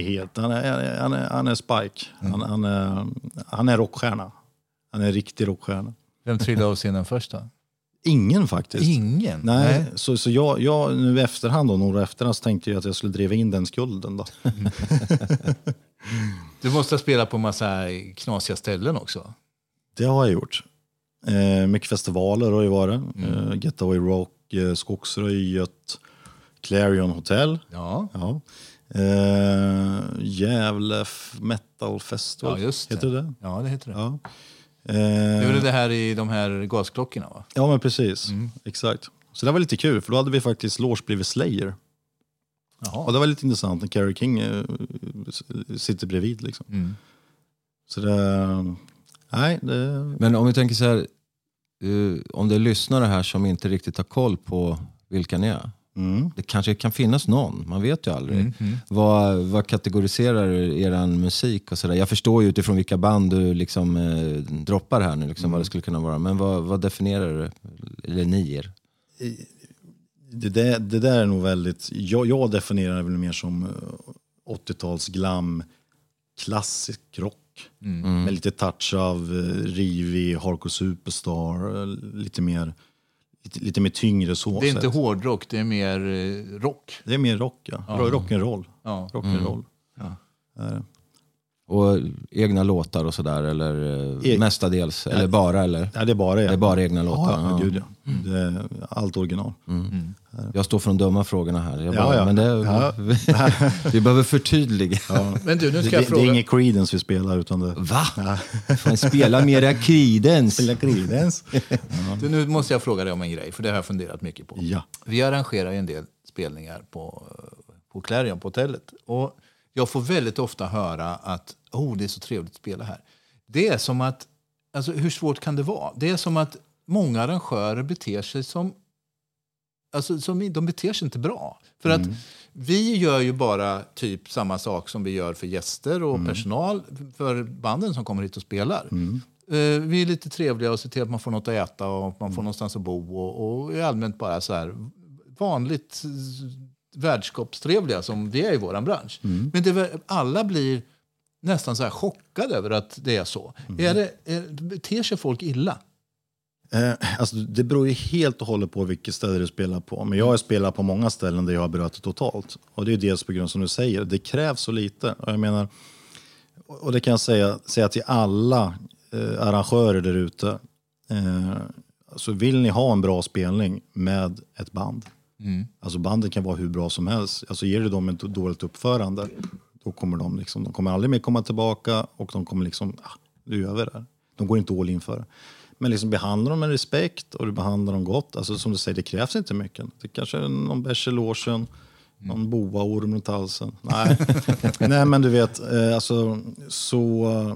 är Spike. Han är rockstjärna. Han är en riktig rockstjärna. Vem trillade av scenen först då? Ingen faktiskt. Ingen? Nej. Så jag nu efterhand och några efterhand så tänkte jag att jag skulle driva in den skulden då. Du måste ha spelat på massa knasiga ställen också. Det har jag gjort. Mycket festivaler har ju varit. Getaway Rock, Skogsröjet, Clarion Hotel. Ja. Gävle Metal Festival. Ja, just det. Heter det? Ja, det heter det. Ja. Det var det här i de här gasklockorna, va? Ja, men precis. Exakt. Så det var lite kul, för då hade vi faktiskt loge blivit Slayer. Jaha. Och det var lite intressant när Kerry King sitter bredvid liksom. Så det... Nej, det... Men om vi tänker så här, om det är lyssnare här som inte riktigt har koll på vilka ni är. Det kanske kan finnas någon, man vet ju aldrig. Vad kategoriserar eran musik och sådär? Jag förstår ju utifrån vilka band du liksom droppar här nu, liksom, vad det skulle kunna vara. Men vad definierar eller ni er? Det där är nog väldigt... Jag definierar det väl mer som 80-tals glam, klassisk rock. Med lite touch av rivig, hardcore superstar, lite mer tyngre så. Det är inte hårdrock, det är mer rock. Det är mer rock, ja. Rock'n'roll. Ja. Rock'n'roll. Och egna låtar och sådär, eller mestadels, eller bara, eller? Ja, det är bara, ja. Det är bara egna låtar. Ja, gud, ja. Det är allt original. Jag står för de dumma frågorna här. Ja. Men vi behöver förtydliga. Ja. Men du, nu ska jag fråga... Det är ingen Creedence vi spelar, utan det... Va? Man spelar mera Creedence. Du, nu måste jag fråga dig om en grej, för det har jag funderat mycket på. Ja. Vi arrangerar ju en del spelningar på Clarion, på hotellet. Och jag får väldigt ofta höra att det är så trevligt att spela här. Det är som att, alltså hur svårt kan det vara? Det är som att många arrangörer beter sig som de beter sig inte bra. För att vi gör ju bara typ samma sak som vi gör för gäster och personal, för banden som kommer hit och spelar. Vi är lite trevliga och ser till att man får något att äta och man får någonstans att bo och är allmänt bara så här vanligt värdskapstrevliga som vi är i våran bransch. Men alla blir nästan så här chockade över att det är så. Beter sig folk illa? Alltså, det beror ju helt och hållet på vilket ställe du spelar på. Men jag har spelat på många ställen där jag har brutit totalt. Och det är dels på grund som du säger. Det krävs så lite. Och jag menar, och det kan jag säga till alla arrangörer där ute. Så vill ni ha en bra spelning med ett band. Alltså bandet kan vara hur bra som helst. Alltså ger du dem ett dåligt uppförande, då kommer de kommer aldrig mer komma tillbaka, och de kommer liksom, du gör det. De går inte all in för det. Men liksom behandla dem med respekt och du behandlar dem gott. Alltså som du säger, det krävs inte mycket. Det kanske är någon bärs i logen, någon boaorm runt halsen. Nej, men du vet, alltså så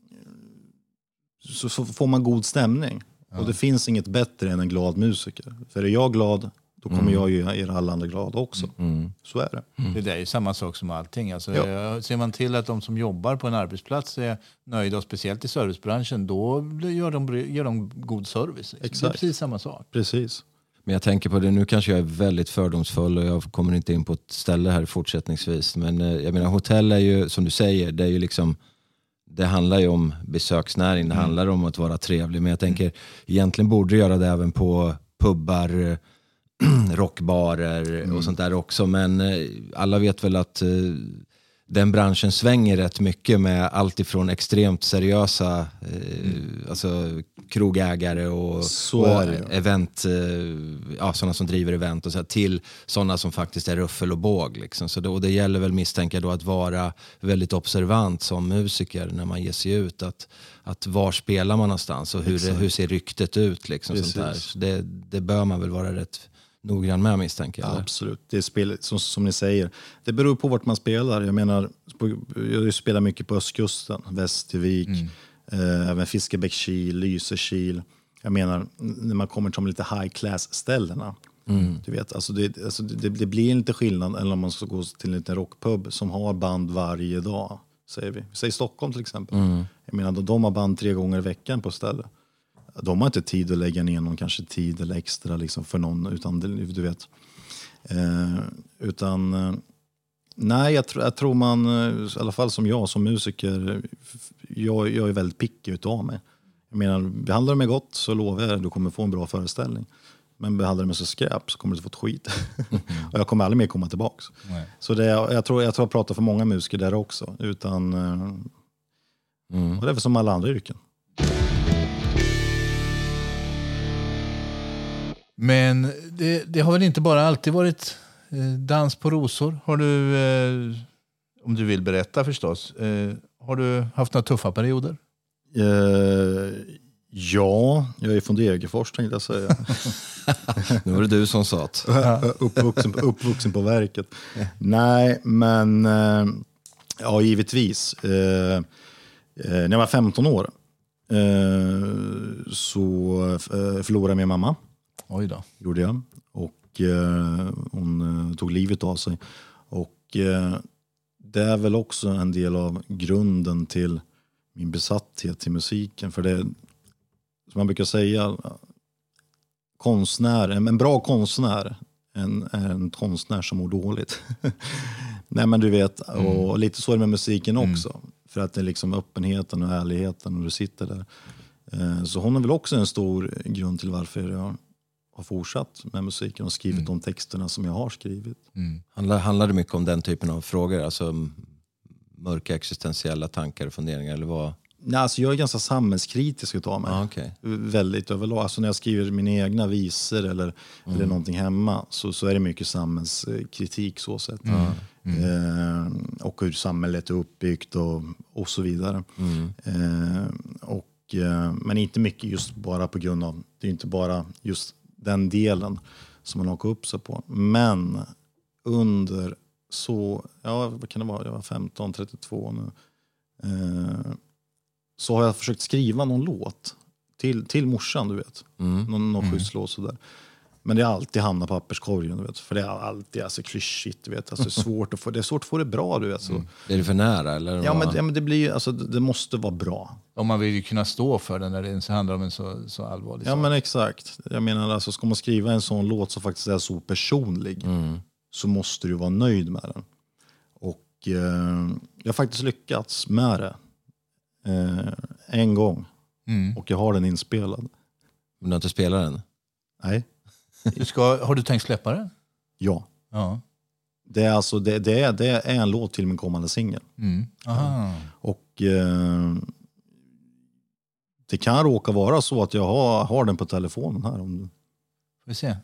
får man god stämning. Och det finns inget bättre än en glad musiker. För är jag glad, då kommer jag ju er alla andra glada också. Så är det. Det där är ju samma sak som allting. Alltså, ser man till att de som jobbar på en arbetsplats är nöjda, och speciellt i servicebranschen, då ger de god service. Exakt. Det är precis samma sak. Precis. Men jag tänker på det, nu kanske jag är väldigt fördomsfull och jag kommer inte in på ett ställe här fortsättningsvis. Men jag menar, hotell är ju, som du säger, det är ju liksom, det handlar ju om besöksnäring, det handlar om att vara trevlig. Men jag tänker, egentligen borde du göra det även på pubbar, rockbarer och sånt där också. Men alla vet väl att den branschen svänger rätt mycket med allt ifrån extremt seriösa alltså krogägare och event, sådana som driver event och så här, till sådana som faktiskt är ruffel och båg liksom. Så det gäller väl, misstänka då, att vara väldigt observant som musiker när man ger sig ut, att var spelar man någonstans och hur ser ryktet ut liksom. Sånt där. Så det bör man väl vara rätt noggrann med, misstänker jag. Absolut, det är spelet som ni säger. Det beror på vart man spelar. Jag menar, jag spelar mycket på östkusten, Västervik, även Fiskebäckskil, Lysekil, Jag menar, när man kommer till de lite high class ställena. Du vet, alltså det blir lite skillnad än om man ska gå till en liten rockpub som har band varje dag, säger vi. Säg Stockholm till exempel. Jag menar, de har band 3 gånger i veckan på stället. De har inte tid att lägga ner någon kanske tid eller extra liksom för någon, utan du vet. Nej, jag tror man, i alla fall som jag som musiker, jag är väldigt picky utav mig. Jag menar, behandlar du mig gott så lovar jag att du kommer få en bra föreställning. Men behandlar du mig så skräp så kommer du få ett skit. Och jag kommer aldrig mer komma tillbaks. Nej. Så jag tror jag pratar för många musiker där också. Utan, och det är väl som alla andra yrken. Men det har väl inte bara alltid varit dans på rosor? Har du, om du vill berätta förstås, har du haft några tuffa perioder? Ja, jag är från Degerfors tänkte jag säga. Nu var det du som sa att. uppvuxen på verket. Nej, men ja, givetvis. När jag var 15 år så förlorade jag min mamma. Oj då. Gjorde jag. Och hon tog livet av sig. Och det är väl också en del av grunden till min besatthet till musiken. För det, som man brukar säga, en bra konstnär är en konstnär som mår dåligt. Nej, men du vet, och lite så är det med musiken också. För att det är liksom öppenheten och ärligheten och du sitter där. Så hon är väl också en stor grund till varför jag har fortsatt med musiken och skrivit de texterna som jag har skrivit. Handlar det mycket om den typen av frågor? Alltså mörka existentiella tankar och funderingar eller vad? Nej, alltså jag är ganska samhällskritisk utav mig. Okay. Väldigt överlag. Alltså när jag skriver mina egna visor eller någonting hemma så är det mycket samhällskritik så sett. Och hur samhället är uppbyggt och så vidare. Men inte mycket just bara på grund av, det är inte bara just den delen som man hakar upp sig på. Men under så, ja vad kan det vara, jag var 15, 32 nu. Så har jag försökt skriva någon låt till morsan, du vet. Någon skydslåt sådär. Men det är alltid hamnar papperskorgen, du vet. För det är alltid alltså klyschigt, du vet. Alltså det är svårt att få det bra, du vet. Så. Är det för nära? Eller ja, men det blir, alltså det måste vara bra. Om man vill ju kunna stå för den när det inte handlar om en så allvarlig sak. Ja, men exakt. Jag menar, alltså ska man skriva en sån låt som faktiskt är så personlig så måste du vara nöjd med den. Och jag har faktiskt lyckats med det. En gång. Och jag har den inspelad. Men du har inte spelat den? Nej. Har du tänkt släppa den? Ja. Det är alltså det är en låt till min kommande singel. Och det kan råka vara så att jag har den på telefonen här. Om du... Får vi se.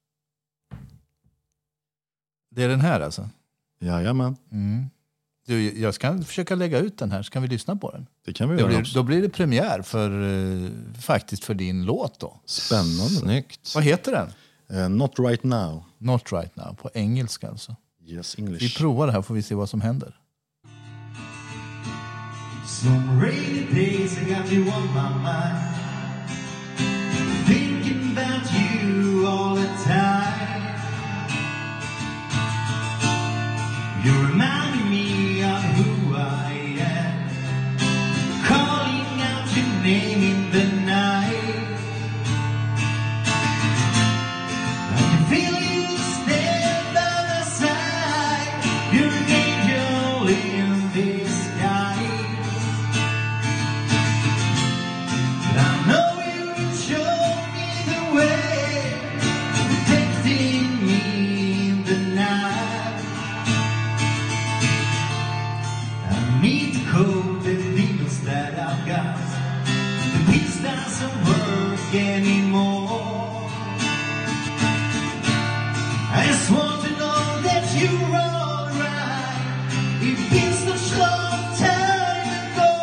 Det är den här alltså? Jajamän. Du, jag ska försöka lägga ut den här, så kan vi lyssna på den. Det kan vi göra. Då blir det premiär faktiskt för din låt då. Spännande. Snyggt. Vad heter den? Not Right Now. Not Right Now, på engelska alltså. Yes, English. Vi provar det här, får vi se vad som händer. Some rainy days I got you on my mind, thinking about you all the time. You're reminding me of who I am, calling out your name in the night. I can feel you stand by my side. You're an angel in disguise. I know you show me the way, protecting me in the night. I need to cope the demons that I've got. The peace doesn't work anymore. I just want to know that you're alright. It's been such a long time ago.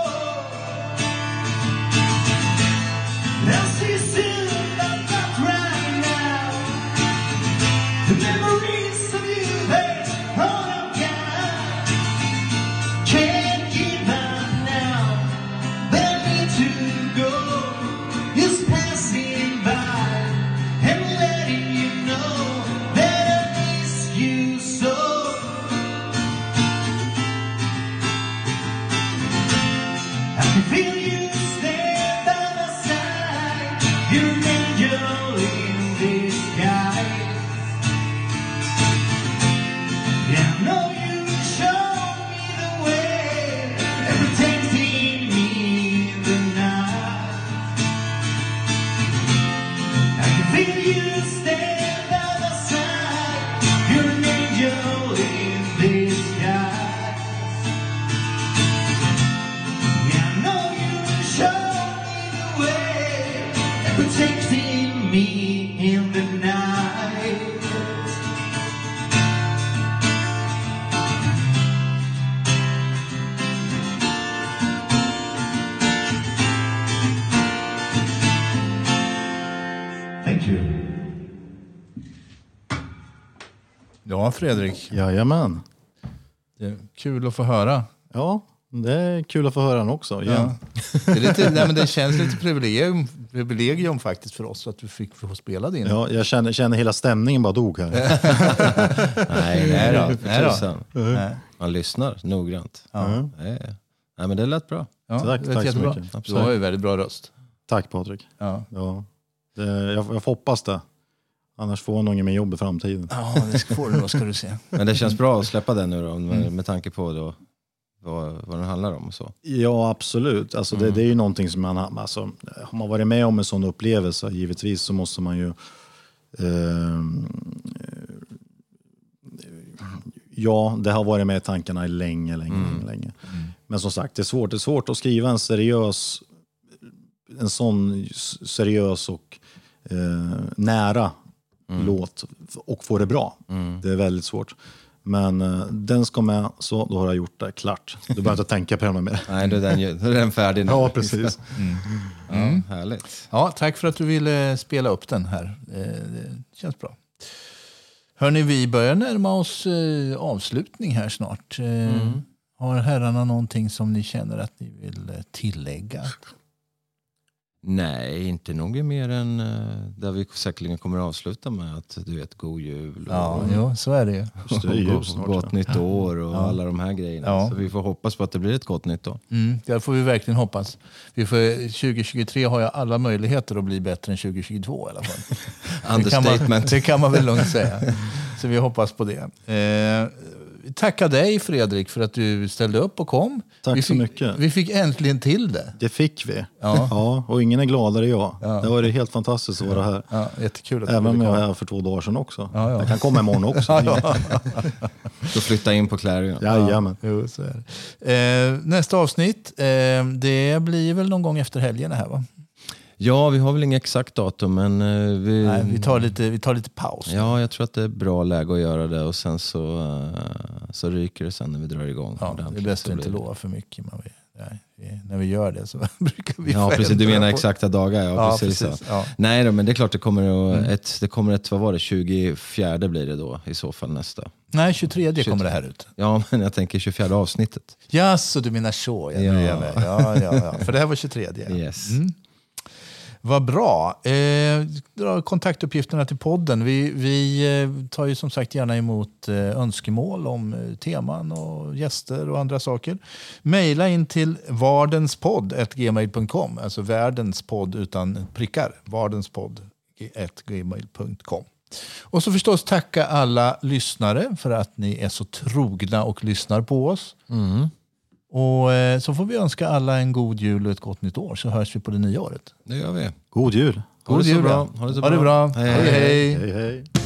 I'll see you soon, but not right now. The memories of you, that's all I've got. Can't give up now, but I need to go. It's passing Ja, Fredrik. Jajamän. Det är kul att få höra. Ja, det är kul att få höra den också. Igen. Det, är lite, nej, men det känns lite privilegium faktiskt för oss att du fick få spela din. Ja, jag känner hela stämningen bara dog här. Nej då. Nej. Man lyssnar noggrant. Ja. Nej, men det lät bra. Ja, Tack det är så jättebra. mycket. Du har ju väldigt bra röst. Tack Patrik. Ja. Ja. Jag får hoppas det. Annars får jag nog ingen mer jobb i framtiden. Ja, det får du då, ska du se. Men det känns bra att släppa den nu då, med tanke på då, vad den handlar om och så. Ja, absolut. Alltså, det är ju någonting som har man varit med om en sån upplevelse, givetvis så måste man ju ja, det har varit med i tankarna länge. Men som sagt, det är svårt att skriva en sån seriös och nära låt och få det bra. Det är väldigt svårt. Men den ska med, så då har jag gjort det klart. Du behöver inte tänka på den mer. Nej, då är den färdig nu. Ja, precis. Ja, härligt. Ja, tack för att du ville spela upp den här. Det känns bra. Hörrni, vi börjar närma oss avslutning här snart. Har herrarna någonting som ni känner att ni vill tillägga? Nej, inte nog mer än där vi säkerligen kommer att avsluta med att du vet, god jul och, Ja, jo, så är det ju. Just det är jul snart, gott nytt år och alla de här grejerna. Ja. Så vi får hoppas på att det blir ett gott nytt år. Det får vi verkligen hoppas. 2023 har jag alla möjligheter att bli bättre än 2022 i alla fall. Understatement. Det kan man väl lugnt säga. Så vi hoppas på det. Tacka dig Fredrik för att du ställde upp och kom. Tack så mycket. Vi fick äntligen till det. Det fick vi. Ja. Ja, och ingen är gladare än jag. Ja. Det var helt fantastiskt att vara här. Ja, jättekul att du Även om ville jag komma. är här för 2 dagar sedan också. Ja. Jag kan komma imorgon också. Så flytta in på Clarion. Jajamän. Jo, så är det. Nästa avsnitt, det blir väl någon gång efter helgen här va? Ja, vi har väl inget exakt datum, men Nej, vi tar lite paus. Ja, jag tror att det är bra läge att göra det och sen så ryker det sen när vi drar igång. Ja, det är ordentligt. bäst Så att inte blir det. lova för mycket. När vi gör det så brukar vi Ja, precis. Du menar exakta dagar. Ja, precis. Ja. Nej då, men det är klart det kommer ett, vad var det, 24 blir det då i så fall nästa. Nej, 23 kommer det här ut. Ja, men jag tänker 24 avsnittet. Ja, så du menar så. Ja. För det här var 23. Yes. Vad bra. Dra kontaktuppgifterna till podden. Vi tar ju som sagt gärna emot önskemål om teman och gäster och andra saker. Maila in till vardenspodd@gmail.com. Alltså världenspodd utan prickar. vardenspodd@gmail.com. Och så förstås tacka alla lyssnare för att ni är så trogna och lyssnar på oss. Och så får vi önska alla en god jul och ett gott nytt år, så hörs vi på det nya året. Det gör vi. God jul. God jul. Ha det så bra. Ha det bra. Hej, hej. Hej, hej.